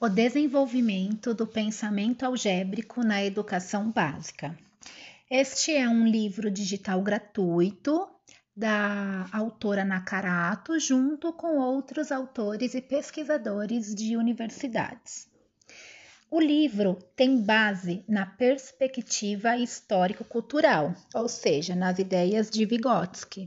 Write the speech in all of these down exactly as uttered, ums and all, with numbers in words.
O desenvolvimento do pensamento algébrico na educação básica. Este é um livro digital gratuito da autora Nakarato, junto com outros autores e pesquisadores de universidades. O livro tem base na perspectiva histórico-cultural, ou seja, nas ideias de Vygotsky.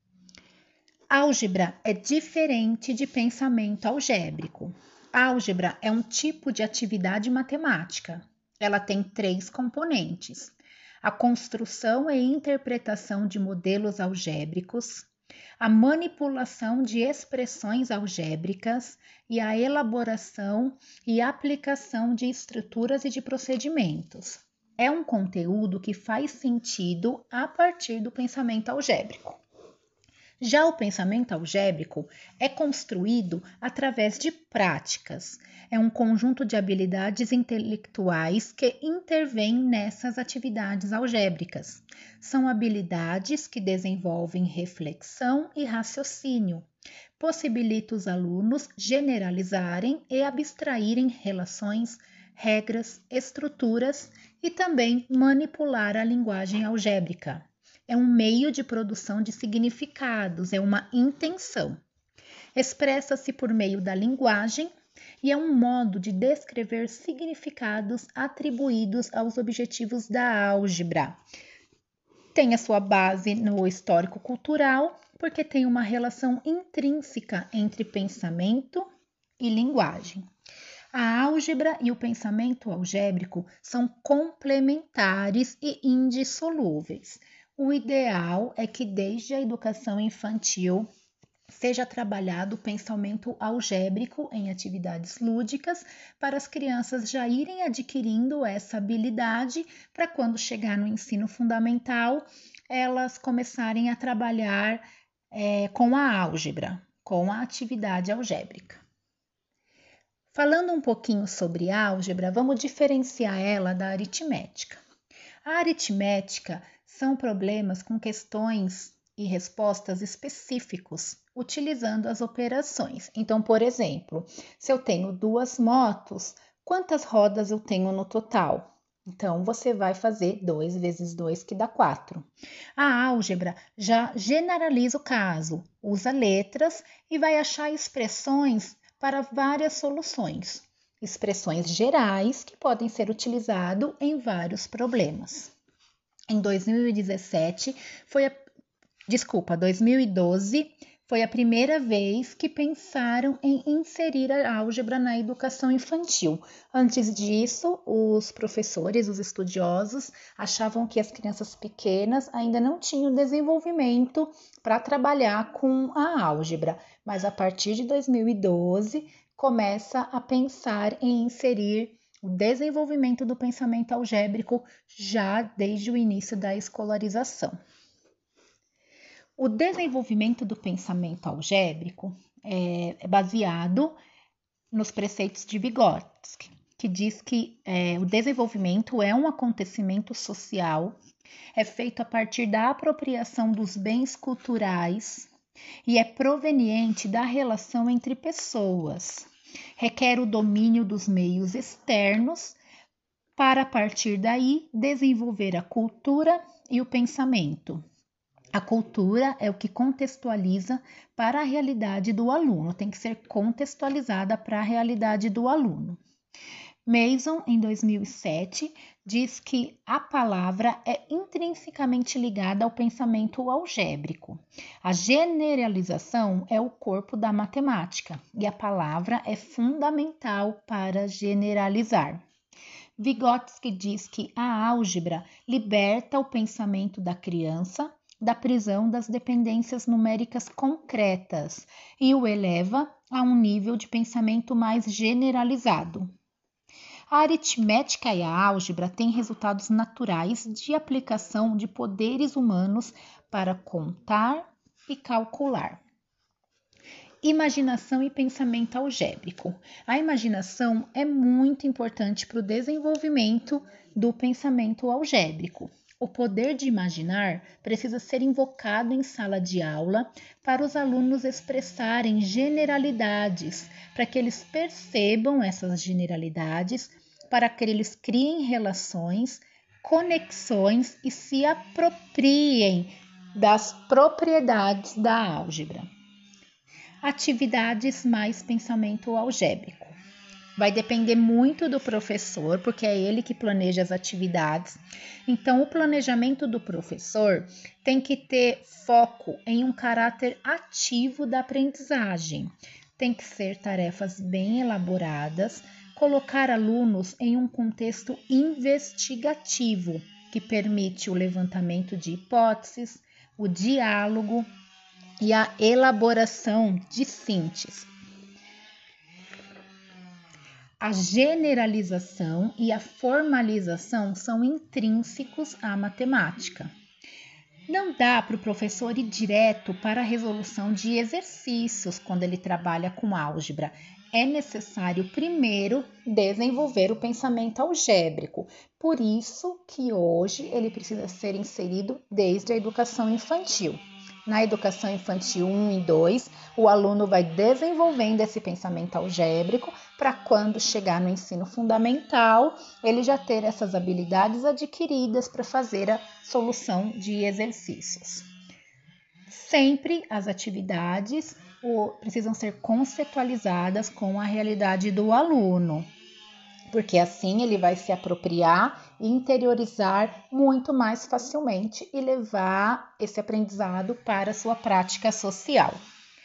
Álgebra é diferente de pensamento algébrico. Álgebra é um tipo de atividade matemática. Ela tem três componentes: a construção e interpretação de modelos algébricos, a manipulação de expressões algébricas e a elaboração e aplicação de estruturas e de procedimentos. É um conteúdo que faz sentido a partir do pensamento algébrico. Já o pensamento algébrico é construído através de práticas. É um conjunto de habilidades intelectuais que intervêm nessas atividades algébricas. São habilidades que desenvolvem reflexão e raciocínio. Possibilita os alunos generalizarem e abstraírem relações, regras, estruturas e também manipular a linguagem algébrica. É um meio de produção de significados, é uma intenção. Expressa-se por meio da linguagem e é um modo de descrever significados atribuídos aos objetivos da álgebra. Tem a sua base no histórico-cultural, porque tem uma relação intrínseca entre pensamento e linguagem. A álgebra e o pensamento algébrico são complementares e indissolúveis. O ideal é que desde a educação infantil seja trabalhado o pensamento algébrico em atividades lúdicas para as crianças já irem adquirindo essa habilidade para quando chegar no ensino fundamental elas começarem a trabalhar é, com a álgebra, com a atividade algébrica. Falando um pouquinho sobre álgebra, vamos diferenciar ela da aritmética. A aritmética são problemas com questões e respostas específicos, utilizando as operações. Então, por exemplo, se eu tenho duas motos, quantas rodas eu tenho no total? Então, você vai fazer dois vezes dois, que dá quatro. A álgebra já generaliza o caso, usa letras e vai achar expressões para várias soluções. Expressões gerais que podem ser utilizadas em vários problemas. Em dois mil e dezessete, foi a, desculpa, dois mil e doze, foi a primeira vez que pensaram em inserir a álgebra na educação infantil. Antes disso, os professores, os estudiosos, achavam que as crianças pequenas ainda não tinham desenvolvimento para trabalhar com a álgebra, mas a partir de dois mil e doze, começa a pensar em inserir o desenvolvimento do pensamento algébrico já desde o início da escolarização. O desenvolvimento do pensamento algébrico é baseado nos preceitos de Vygotsky, que diz que é, o desenvolvimento é um acontecimento social, é feito a partir da apropriação dos bens culturais e é proveniente da relação entre pessoas. Requer o domínio dos meios externos para, a partir daí, desenvolver a cultura e o pensamento. A cultura é o que contextualiza para a realidade do aluno, tem que ser contextualizada para a realidade do aluno. Mason, em dois mil e sete, diz que a palavra é intrinsecamente ligada ao pensamento algébrico. A generalização é o corpo da matemática e a palavra é fundamental para generalizar. Vygotsky diz que a álgebra liberta o pensamento da criança da prisão das dependências numéricas concretas e o eleva a um nível de pensamento mais generalizado. A aritmética e a álgebra têm resultados naturais de aplicação de poderes humanos para contar e calcular. Imaginação e pensamento algébrico. A imaginação é muito importante para o desenvolvimento do pensamento algébrico. O poder de imaginar precisa ser invocado em sala de aula para os alunos expressarem generalidades, para que eles percebam essas generalidades, para que eles criem relações, conexões e se apropriem das propriedades da álgebra. Atividades mais pensamento algébrico. Vai depender muito do professor, porque é ele que planeja as atividades. Então, o planejamento do professor tem que ter foco em um caráter ativo da aprendizagem. Tem que ser tarefas bem elaboradas, colocar alunos em um contexto investigativo, que permite o levantamento de hipóteses, o diálogo e a elaboração de síntese. A generalização e a formalização são intrínsecos à matemática. Não dá para o professor ir direto para a resolução de exercícios quando ele trabalha com álgebra. É necessário primeiro desenvolver o pensamento algébrico. Por isso que hoje ele precisa ser inserido desde a educação infantil. Na educação infantil um e dois, o aluno vai desenvolvendo esse pensamento algébrico para quando chegar no ensino fundamental, ele já ter essas habilidades adquiridas para fazer a solução de exercícios. Sempre as atividades precisam ser conceitualizadas com a realidade do aluno, porque assim ele vai se apropriar e interiorizar muito mais facilmente e levar esse aprendizado para a sua prática social.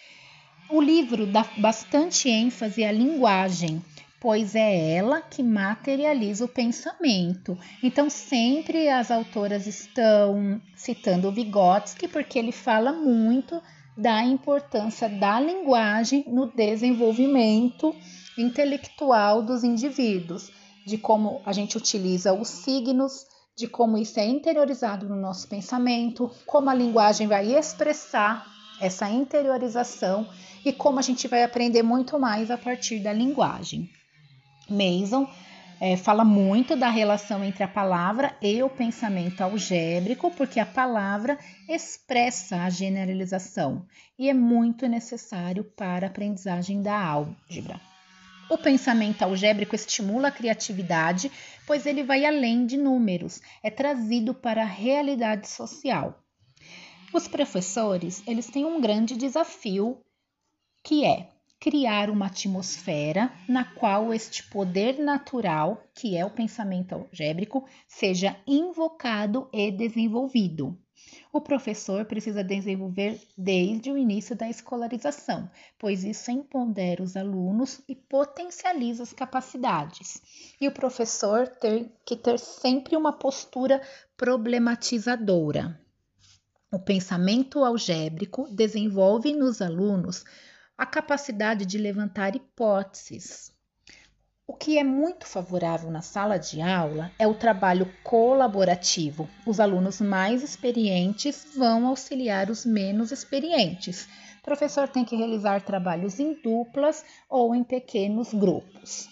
O livro dá bastante ênfase à linguagem, pois é ela que materializa o pensamento. Então, sempre as autoras estão citando o Vygotsky, porque ele fala muito da importância da linguagem no desenvolvimento intelectual dos indivíduos, de como a gente utiliza os signos, de como isso é interiorizado no nosso pensamento, como a linguagem vai expressar essa interiorização e como a gente vai aprender muito mais a partir da linguagem. Mason é, fala muito da relação entre a palavra e o pensamento algébrico, porque a palavra expressa a generalização e é muito necessário para a aprendizagem da álgebra. O pensamento algébrico estimula a criatividade, pois ele vai além de números, é trazido para a realidade social. Os professores, eles têm um grande desafio, que é criar uma atmosfera na qual este poder natural, que é o pensamento algébrico, seja invocado e desenvolvido. O professor precisa desenvolver desde o início da escolarização, pois isso empodera os alunos e potencializa as capacidades. E o professor tem que ter sempre uma postura problematizadora. O pensamento algébrico desenvolve nos alunos a capacidade de levantar hipóteses. O que é muito favorável na sala de aula é o trabalho colaborativo. Os alunos mais experientes vão auxiliar os menos experientes. O professor tem que realizar trabalhos em duplas ou em pequenos grupos.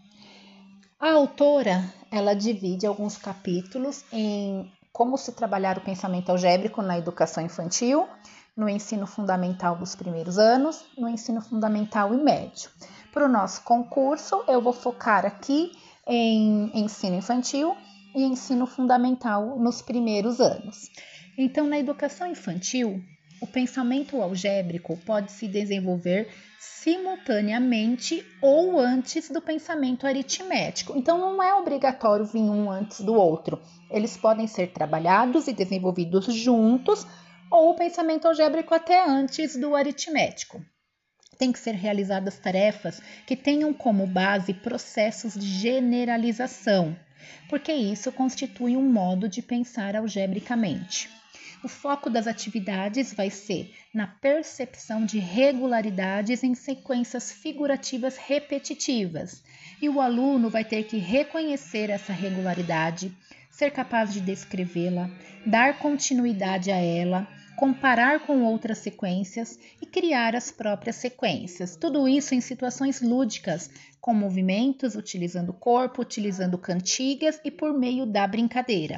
A autora, ela divide alguns capítulos em como se trabalhar o pensamento algébrico na educação infantil, no ensino fundamental dos primeiros anos, no ensino fundamental e médio. Para o nosso concurso, eu vou focar aqui em ensino infantil e ensino fundamental nos primeiros anos. Então, na educação infantil, o pensamento algébrico pode se desenvolver simultaneamente ou antes do pensamento aritmético. Então, não é obrigatório vir um antes do outro. Eles podem ser trabalhados e desenvolvidos juntos, ou o pensamento algébrico até antes do aritmético. Tem que ser realizadas tarefas que tenham como base processos de generalização, porque isso constitui um modo de pensar algebricamente. O foco das atividades vai ser na percepção de regularidades em sequências figurativas repetitivas, e o aluno vai ter que reconhecer essa regularidade, ser capaz de descrevê-la, dar continuidade a ela, comparar com outras sequências e criar as próprias sequências. Tudo isso em situações lúdicas, com movimentos, utilizando o corpo, utilizando cantigas e por meio da brincadeira.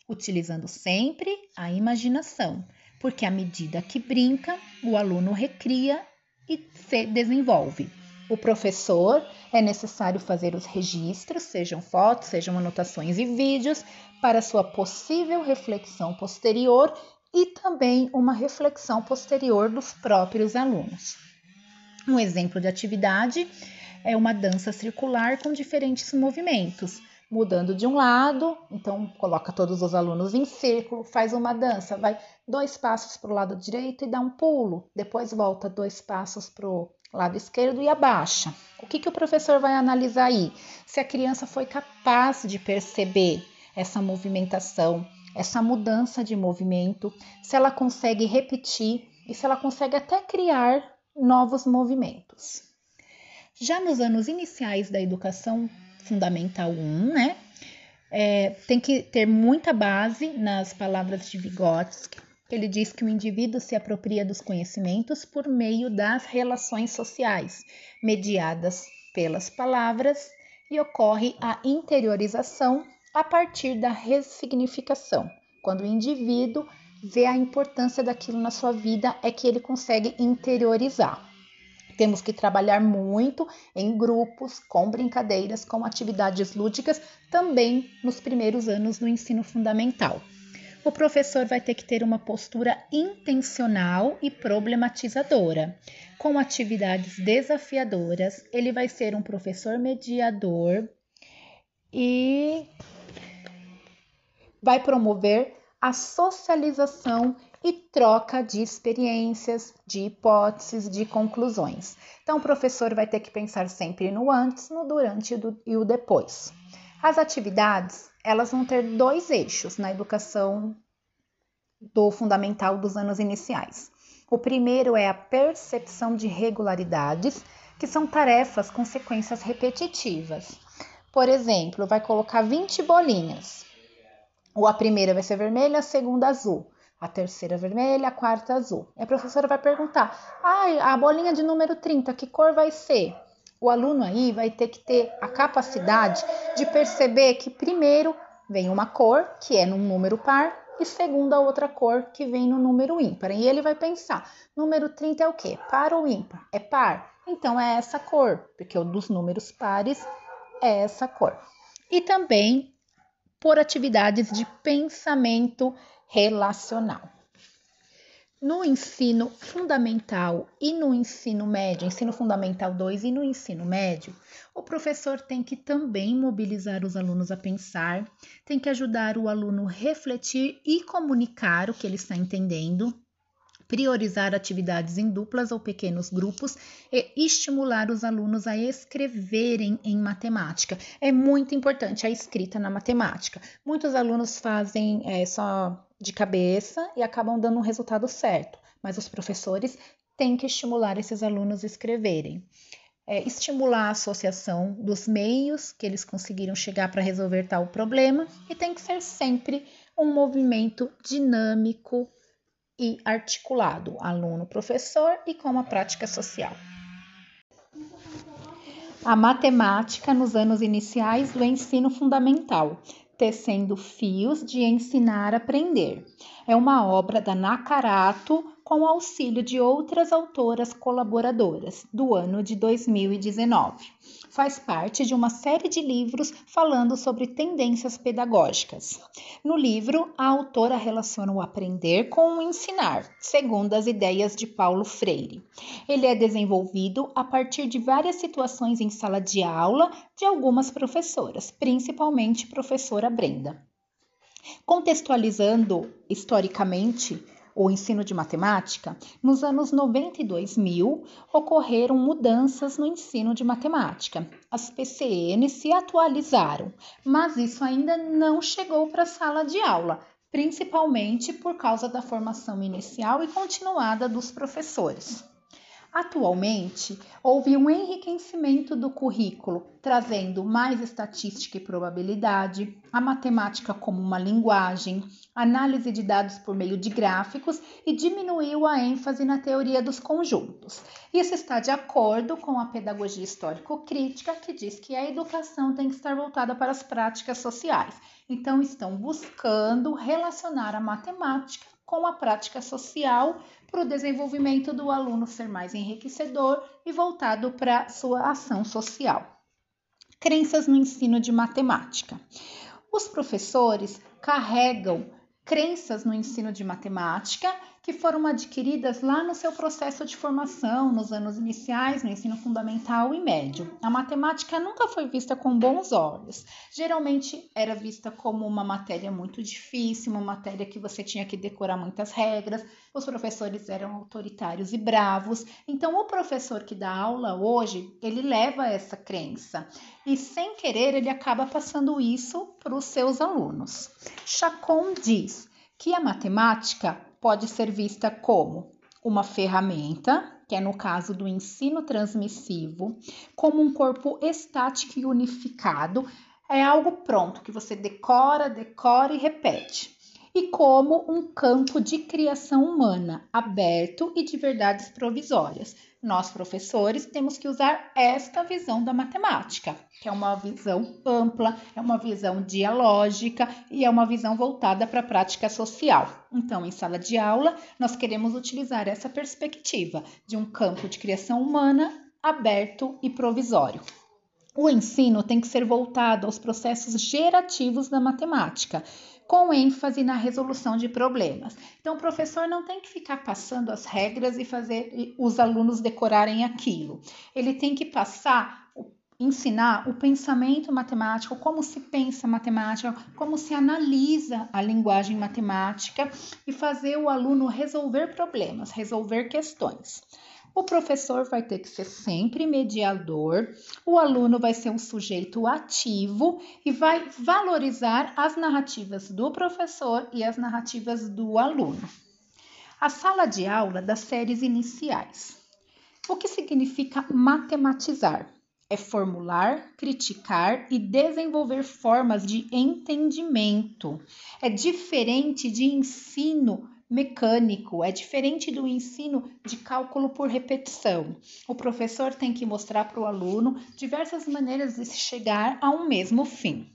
utilizando sempre a imaginação, porque à medida que brinca, o aluno recria e se desenvolve. O professor é necessário fazer os registros, sejam fotos, sejam anotações e vídeos, para sua possível reflexão posterior e também uma reflexão posterior dos próprios alunos. Um exemplo de atividade é uma dança circular com diferentes movimentos, mudando de um lado, então coloca todos os alunos em círculo, faz uma dança, vai dois passos para o lado direito e dá um pulo, depois volta dois passos para o lado esquerdo e abaixa. O que, que o professor vai analisar aí? Se a criança foi capaz de perceber essa movimentação, essa mudança de movimento, se ela consegue repetir e se ela consegue até criar novos movimentos. Já nos anos iniciais da educação fundamental um, né, é, tem que ter muita base nas palavras de Vygotsky. Ele diz que o indivíduo se apropria dos conhecimentos por meio das relações sociais, mediadas pelas palavras, e ocorre a interiorização a partir da ressignificação. Quando o indivíduo vê a importância daquilo na sua vida, é que ele consegue interiorizar. Temos que trabalhar muito em grupos, com brincadeiras, com atividades lúdicas, também nos primeiros anos do ensino fundamental. O professor vai ter que ter uma postura intencional e problematizadora. Com atividades desafiadoras, ele vai ser um professor mediador e vai promover a socialização e troca de experiências, de hipóteses, de conclusões. Então, o professor vai ter que pensar sempre no antes, no durante e o depois. As atividades, elas vão ter dois eixos na educação do fundamental dos anos iniciais. O primeiro é a percepção de regularidades, que são tarefas com sequências repetitivas. Por exemplo, vai colocar vinte bolinhas. A primeira vai ser vermelha, a segunda azul. A terceira vermelha, a quarta azul. E a professora vai perguntar, ah, a bolinha de número trinta, que cor vai ser? O aluno aí vai ter que ter a capacidade de perceber que primeiro vem uma cor, que é num número par, e segundo a outra cor, que vem no número ímpar. E ele vai pensar, número trinta é o quê? Par ou ímpar? É par. Então é essa cor, porque o dos números pares é essa cor. E também por atividades de pensamento relacional. No ensino fundamental e no ensino médio, ensino fundamental dois e no ensino médio, o professor tem que também mobilizar os alunos a pensar, tem que ajudar o aluno a refletir e comunicar o que ele está entendendo, priorizar atividades em duplas ou pequenos grupos e estimular os alunos a escreverem em matemática. É muito importante a escrita na matemática. Muitos alunos fazem é, só de cabeça e acabam dando um resultado certo, mas os professores têm que estimular esses alunos a escreverem. É, estimular a associação dos meios que eles conseguiram chegar para resolver tal problema e tem que ser sempre um movimento dinâmico e articulado, aluno-professor e com a prática social. A matemática nos anos iniciais do ensino fundamental, tecendo fios de ensinar a aprender. É uma obra da Nakarato com o auxílio de outras autoras colaboradoras do ano de dois mil e dezenove. Faz parte de uma série de livros falando sobre tendências pedagógicas. No livro, a autora relaciona o aprender com o ensinar, segundo as ideias de Paulo Freire. Ele é desenvolvido a partir de várias situações em sala de aula de algumas professoras, principalmente professora Brenda. Contextualizando historicamente o ensino de matemática, nos anos noventa e dois mil ocorreram mudanças no ensino de matemática. As P C N se atualizaram, mas isso ainda não chegou para a sala de aula, principalmente por causa da formação inicial e continuada dos professores. Atualmente, houve um enriquecimento do currículo, trazendo mais estatística e probabilidade, a matemática como uma linguagem, análise de dados por meio de gráficos e diminuiu a ênfase na teoria dos conjuntos. Isso está de acordo com a pedagogia histórico-crítica, que diz que a educação tem que estar voltada para as práticas sociais. Então, estão buscando relacionar a matemática com a prática social para o desenvolvimento do aluno ser mais enriquecedor e voltado para a sua ação social. Crenças no ensino de matemática. Os professores carregam crenças no ensino de matemática que foram adquiridas lá no seu processo de formação, nos anos iniciais, no ensino fundamental e médio. A matemática nunca foi vista com bons olhos. Geralmente era vista como uma matéria muito difícil, uma matéria que você tinha que decorar muitas regras, os professores eram autoritários e bravos. Então, o professor que dá aula hoje, ele leva essa crença e, sem querer, ele acaba passando isso para os seus alunos. Chacon diz que a matemática pode ser vista como uma ferramenta, que é no caso do ensino transmissivo, como um corpo estático e unificado, é algo pronto, que você decora, decora e repete, e como um campo de criação humana, aberto e de verdades provisórias. Nós, professores, temos que usar esta visão da matemática, que é uma visão ampla, é uma visão dialógica e é uma visão voltada para a prática social. Então, em sala de aula, nós queremos utilizar essa perspectiva de um campo de criação humana aberto e provisório. O ensino tem que ser voltado aos processos gerativos da matemática, com ênfase na resolução de problemas. Então, o professor não tem que ficar passando as regras e fazer os alunos decorarem aquilo. Ele tem que passar, ensinar o pensamento matemático, como se pensa matemática, como se analisa a linguagem matemática e fazer o aluno resolver problemas, resolver questões. O professor vai ter que ser sempre mediador, o aluno vai ser um sujeito ativo e vai valorizar as narrativas do professor e as narrativas do aluno. A sala de aula das séries iniciais. O que significa matematizar? É formular, criticar e desenvolver formas de entendimento. É diferente de ensino mecânico, é diferente do ensino de cálculo por repetição. O professor tem que mostrar para o aluno diversas maneiras de se chegar a um mesmo fim.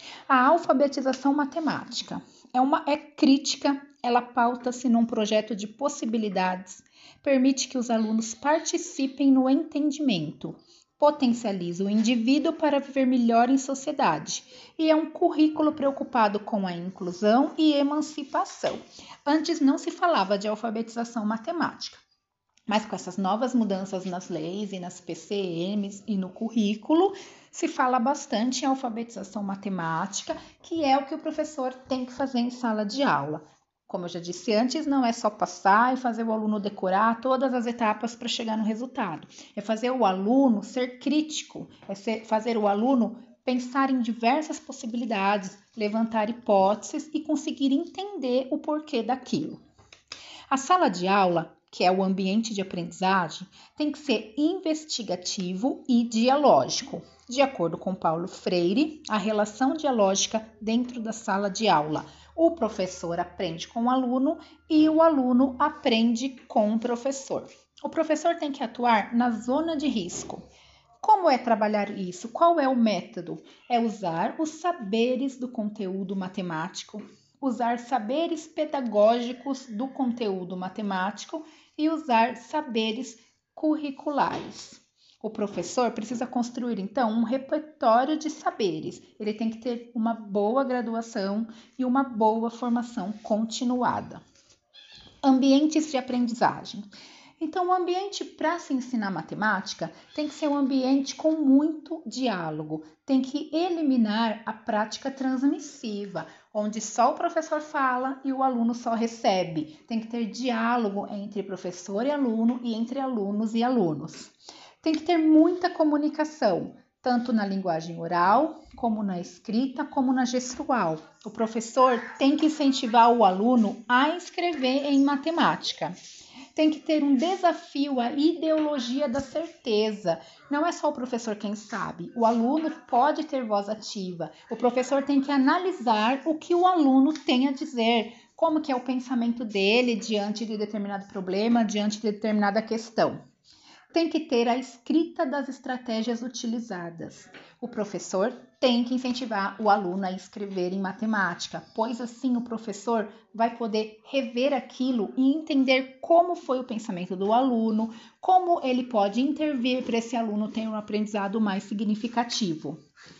A alfabetização matemática é uma é crítica, ela pauta-se num projeto de possibilidades, permite que os alunos participem no entendimento, potencializa o indivíduo para viver melhor em sociedade e é um currículo preocupado com a inclusão e emancipação. Antes não se falava de alfabetização matemática, mas com essas novas mudanças nas leis e nas P C Ms e no currículo, se fala bastante em alfabetização matemática, que é o que o professor tem que fazer em sala de aula. Como eu já disse antes, não é só passar e fazer o aluno decorar todas as etapas para chegar no resultado. É fazer o aluno ser crítico, é ser, fazer o aluno pensar em diversas possibilidades, levantar hipóteses e conseguir entender o porquê daquilo. A sala de aula, que é o ambiente de aprendizagem, tem que ser investigativo e dialógico. De acordo com Paulo Freire, a relação dialógica dentro da sala de aula. O professor aprende com o aluno e o aluno aprende com o professor. O professor tem que atuar na zona de risco. Como é trabalhar isso? Qual é o método? É usar os saberes do conteúdo matemático, usar saberes pedagógicos do conteúdo matemático e usar saberes curriculares. O professor precisa construir, então, um repertório de saberes. Ele tem que ter uma boa graduação e uma boa formação continuada. Ambientes de aprendizagem. Então, o ambiente para se ensinar matemática tem que ser um ambiente com muito diálogo. Tem que eliminar a prática transmissiva, onde só o professor fala e o aluno só recebe. Tem que ter diálogo entre professor e aluno e entre alunos e alunos. Tem que ter muita comunicação, tanto na linguagem oral, como na escrita, como na gestual. O professor tem que incentivar o aluno a escrever em matemática. Tem que ter um desafio à ideologia da certeza. Não é só o professor quem sabe. O aluno pode ter voz ativa. O professor tem que analisar o que o aluno tem a dizer, como que é o pensamento dele diante de determinado problema, diante de determinada questão. Tem que ter a escrita das estratégias utilizadas. O professor tem que incentivar o aluno a escrever em matemática, pois assim o professor vai poder rever aquilo e entender como foi o pensamento do aluno, como ele pode intervir para esse aluno ter um aprendizado mais significativo.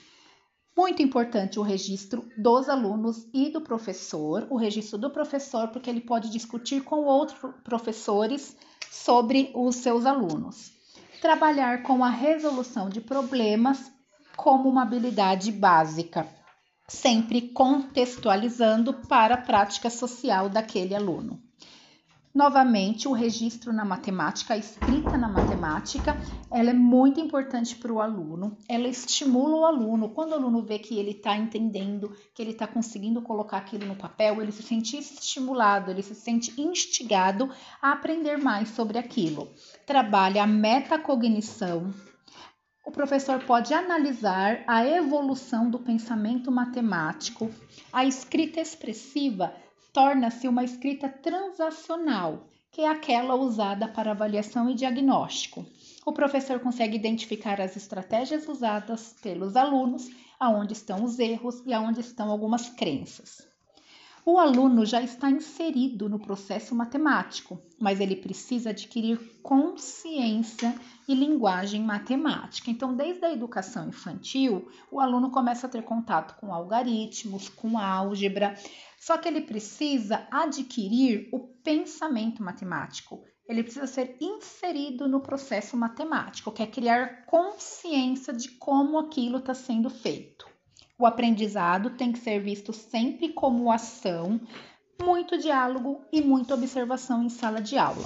Muito importante o registro dos alunos e do professor, o registro do professor, porque ele pode discutir com outros professores sobre os seus alunos. Trabalhar com a resolução de problemas como uma habilidade básica, sempre contextualizando para a prática social daquele aluno. Novamente, o registro na matemática, a escrita na matemática, ela é muito importante para o aluno, ela estimula o aluno. Quando o aluno vê que ele está entendendo, que ele está conseguindo colocar aquilo no papel, ele se sente estimulado, ele se sente instigado a aprender mais sobre aquilo. Trabalha a metacognição. O professor pode analisar a evolução do pensamento matemático. A escrita expressiva torna-se uma escrita transacional, que é aquela usada para avaliação e diagnóstico. O professor consegue identificar as estratégias usadas pelos alunos, aonde estão os erros e aonde estão algumas crenças. O aluno já está inserido no processo matemático, mas ele precisa adquirir consciência e linguagem matemática. Então, desde a educação infantil, o aluno começa a ter contato com algoritmos, com álgebra, só que ele precisa adquirir o pensamento matemático. Ele precisa ser inserido no processo matemático, que é criar consciência de como aquilo está sendo feito. O aprendizado tem que ser visto sempre como ação, muito diálogo e muita observação em sala de aula.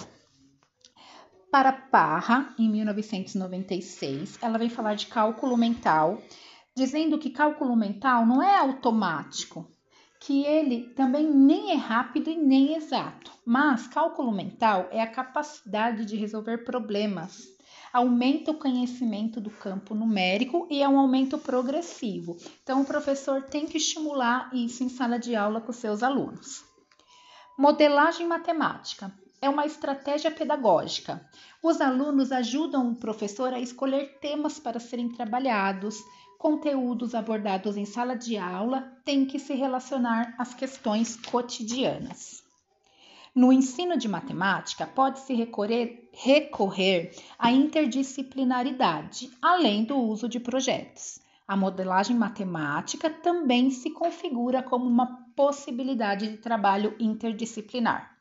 Para Parra, em mil novecentos e noventa e seis, ela vem falar de cálculo mental, dizendo que cálculo mental não é automático, que ele também nem é rápido e nem exato, mas cálculo mental é a capacidade de resolver problemas. Aumenta o conhecimento do campo numérico e é um aumento progressivo. Então, o professor tem que estimular isso em sala de aula com seus alunos. Modelagem matemática é uma estratégia pedagógica. Os alunos ajudam o professor a escolher temas para serem trabalhados. Conteúdos abordados em sala de aula têm que se relacionar às questões cotidianas. No ensino de matemática, pode-se recorrer, recorrer à interdisciplinaridade, além do uso de projetos. A modelagem matemática também se configura como uma possibilidade de trabalho interdisciplinar.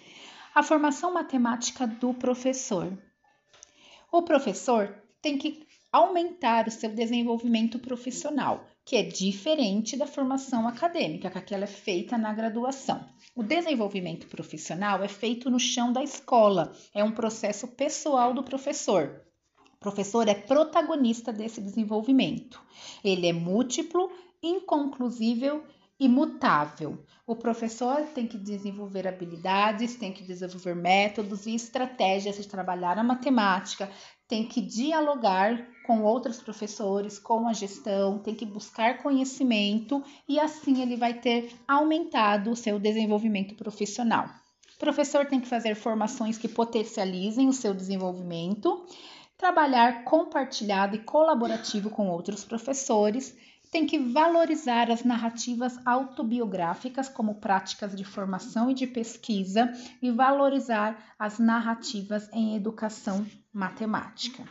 A formação matemática do professor. O professor tem que aumentar o seu desenvolvimento profissional, que é diferente da formação acadêmica, que aquela é feita na graduação. O desenvolvimento profissional é feito no chão da escola, é um processo pessoal do professor. O professor é protagonista desse desenvolvimento. Ele é múltiplo, inconclusível e mutável. O professor tem que desenvolver habilidades, tem que desenvolver métodos e estratégias de trabalhar a matemática, tem que dialogar com outros professores, com a gestão, tem que buscar conhecimento e assim ele vai ter aumentado o seu desenvolvimento profissional. O professor tem que fazer formações que potencializem o seu desenvolvimento, trabalhar compartilhado e colaborativo com outros professores, tem que valorizar as narrativas autobiográficas como práticas de formação e de pesquisa e valorizar as narrativas em educação matemática.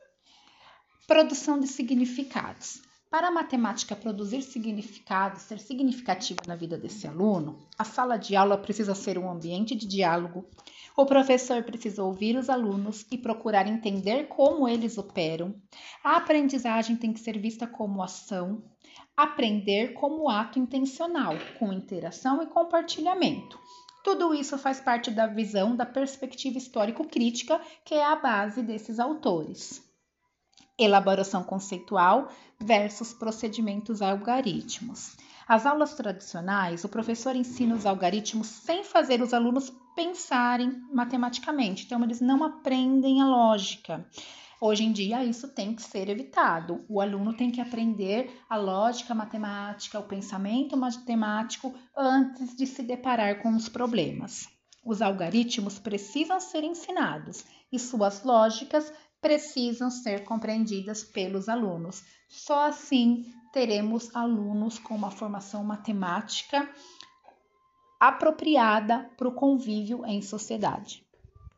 Produção de significados. Para a matemática produzir significado, ser significativa na vida desse aluno, a sala de aula precisa ser um ambiente de diálogo. O professor precisa ouvir os alunos e procurar entender como eles operam. A aprendizagem tem que ser vista como ação. Aprender como ato intencional, com interação e compartilhamento. Tudo isso faz parte da visão da perspectiva histórico-crítica, que é a base desses autores. Elaboração conceitual versus procedimentos algoritmos. As aulas tradicionais, o professor ensina os algoritmos sem fazer os alunos pensarem matematicamente. Então, eles não aprendem a lógica. Hoje em dia, isso tem que ser evitado. O aluno tem que aprender a lógica matemática, o pensamento matemático, antes de se deparar com os problemas. Os algoritmos precisam ser ensinados e suas lógicas precisam ser compreendidas pelos alunos. Só assim teremos alunos com uma formação matemática apropriada para o convívio em sociedade.